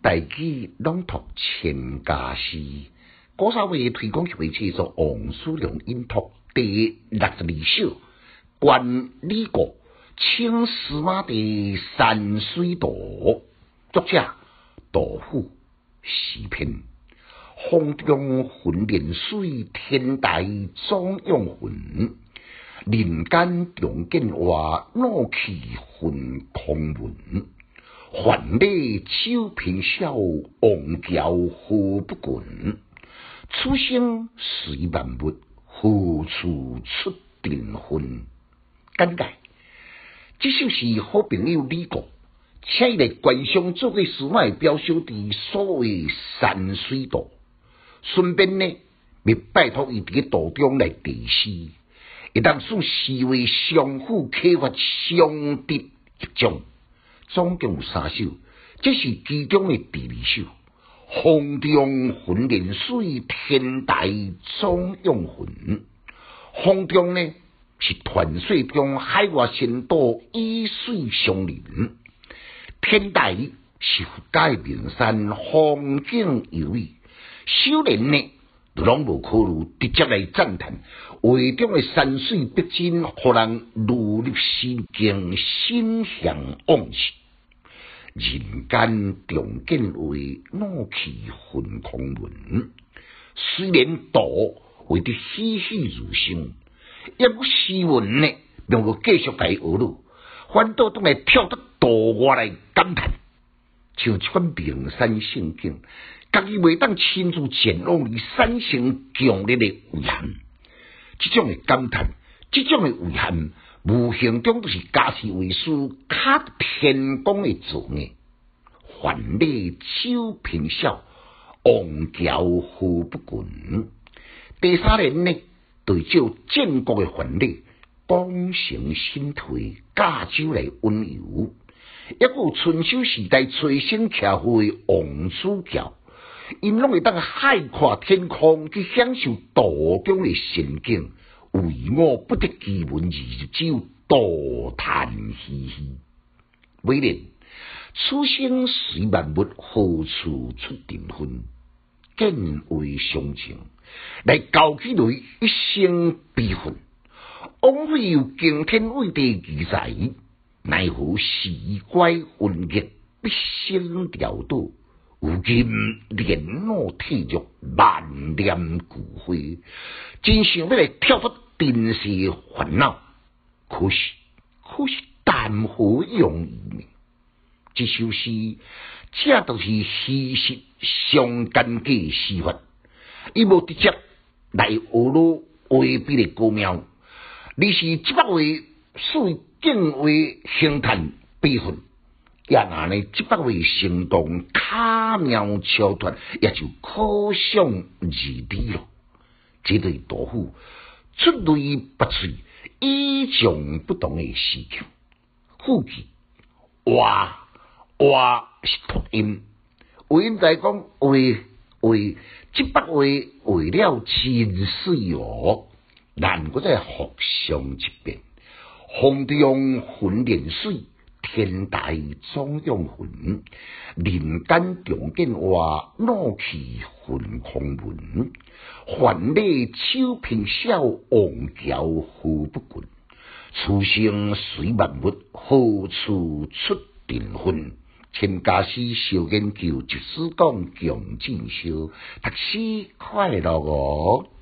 大举朗读千家诗，古早味推广协会制作王叔良音读第62首，关李国青司马的山水图，作者杜甫，诗篇。风中魂连水，天台总用魂。人间中见话，怒气混空文。还礼酒瓶笑，王桥何不滚？此生随万物，何处出订婚？简介：这首是好朋友李国，请伊来观赏做过司马表小弟所谓山水图，顺便呢，要拜托伊伫个图中来题诗，会当使诗话相互启发，相得益彰。总共有3首，这是其中的第2首。风中魂连水，天台总用魂。风中呢是传说中海外仙岛，与水相邻。天台是佛家的名山，风景优美。修炼呢，拢无考虑，直接来赞叹画中的山水笔真，互人如入心境，心向往事。人间中见话，怒气混空文。虽然图画得栩栩如生，也不诗文呢，并无继续甲伊学了，反倒当来跳得图外来感叹，像这款名山胜景，家己袂当亲自前往而产生强烈的遗憾。这种的感叹，这种的遗憾，无形中都是家事为师，卡天公的造业。还礼酒瓶笑，王桥何不滚？第3联呢，对照建国的还礼，功成身退，驾酒来温柔。也有春秋时代随身骑虎的王子桥，因拢会当海阔天空，去享受途中的仙境。为我不得其文字，只有独叹嘻嘻。为人此生随万物，何处出订婚？见为相情，来交起来一生悲愤。枉费有惊天伟地奇才，奈何时拐运逆，一生潦倒。如今年老体弱，万念俱灰，真想要来跳脱尘世烦恼，可是谈何容易呢？这首诗，这都是虚实相间的诗法，伊无直接来学罗画笔的高妙，而是只把话属敬话兴叹悲愤，也拿呢只把话行动巧妙超脱，也就可想而知了。这对杜甫出类拔萃、与众不同的诗句，副句哇是读音，为因在讲话，这把话画了真水哦，难怪再互相一遍。风中魂连水，天台总用魂。人间中见话，怒气混空文。还礼酒瓶笑，王桥何不滚？此生随万物，何处出订婚？千家诗小研究，一史讲强进修，读书快乐哦。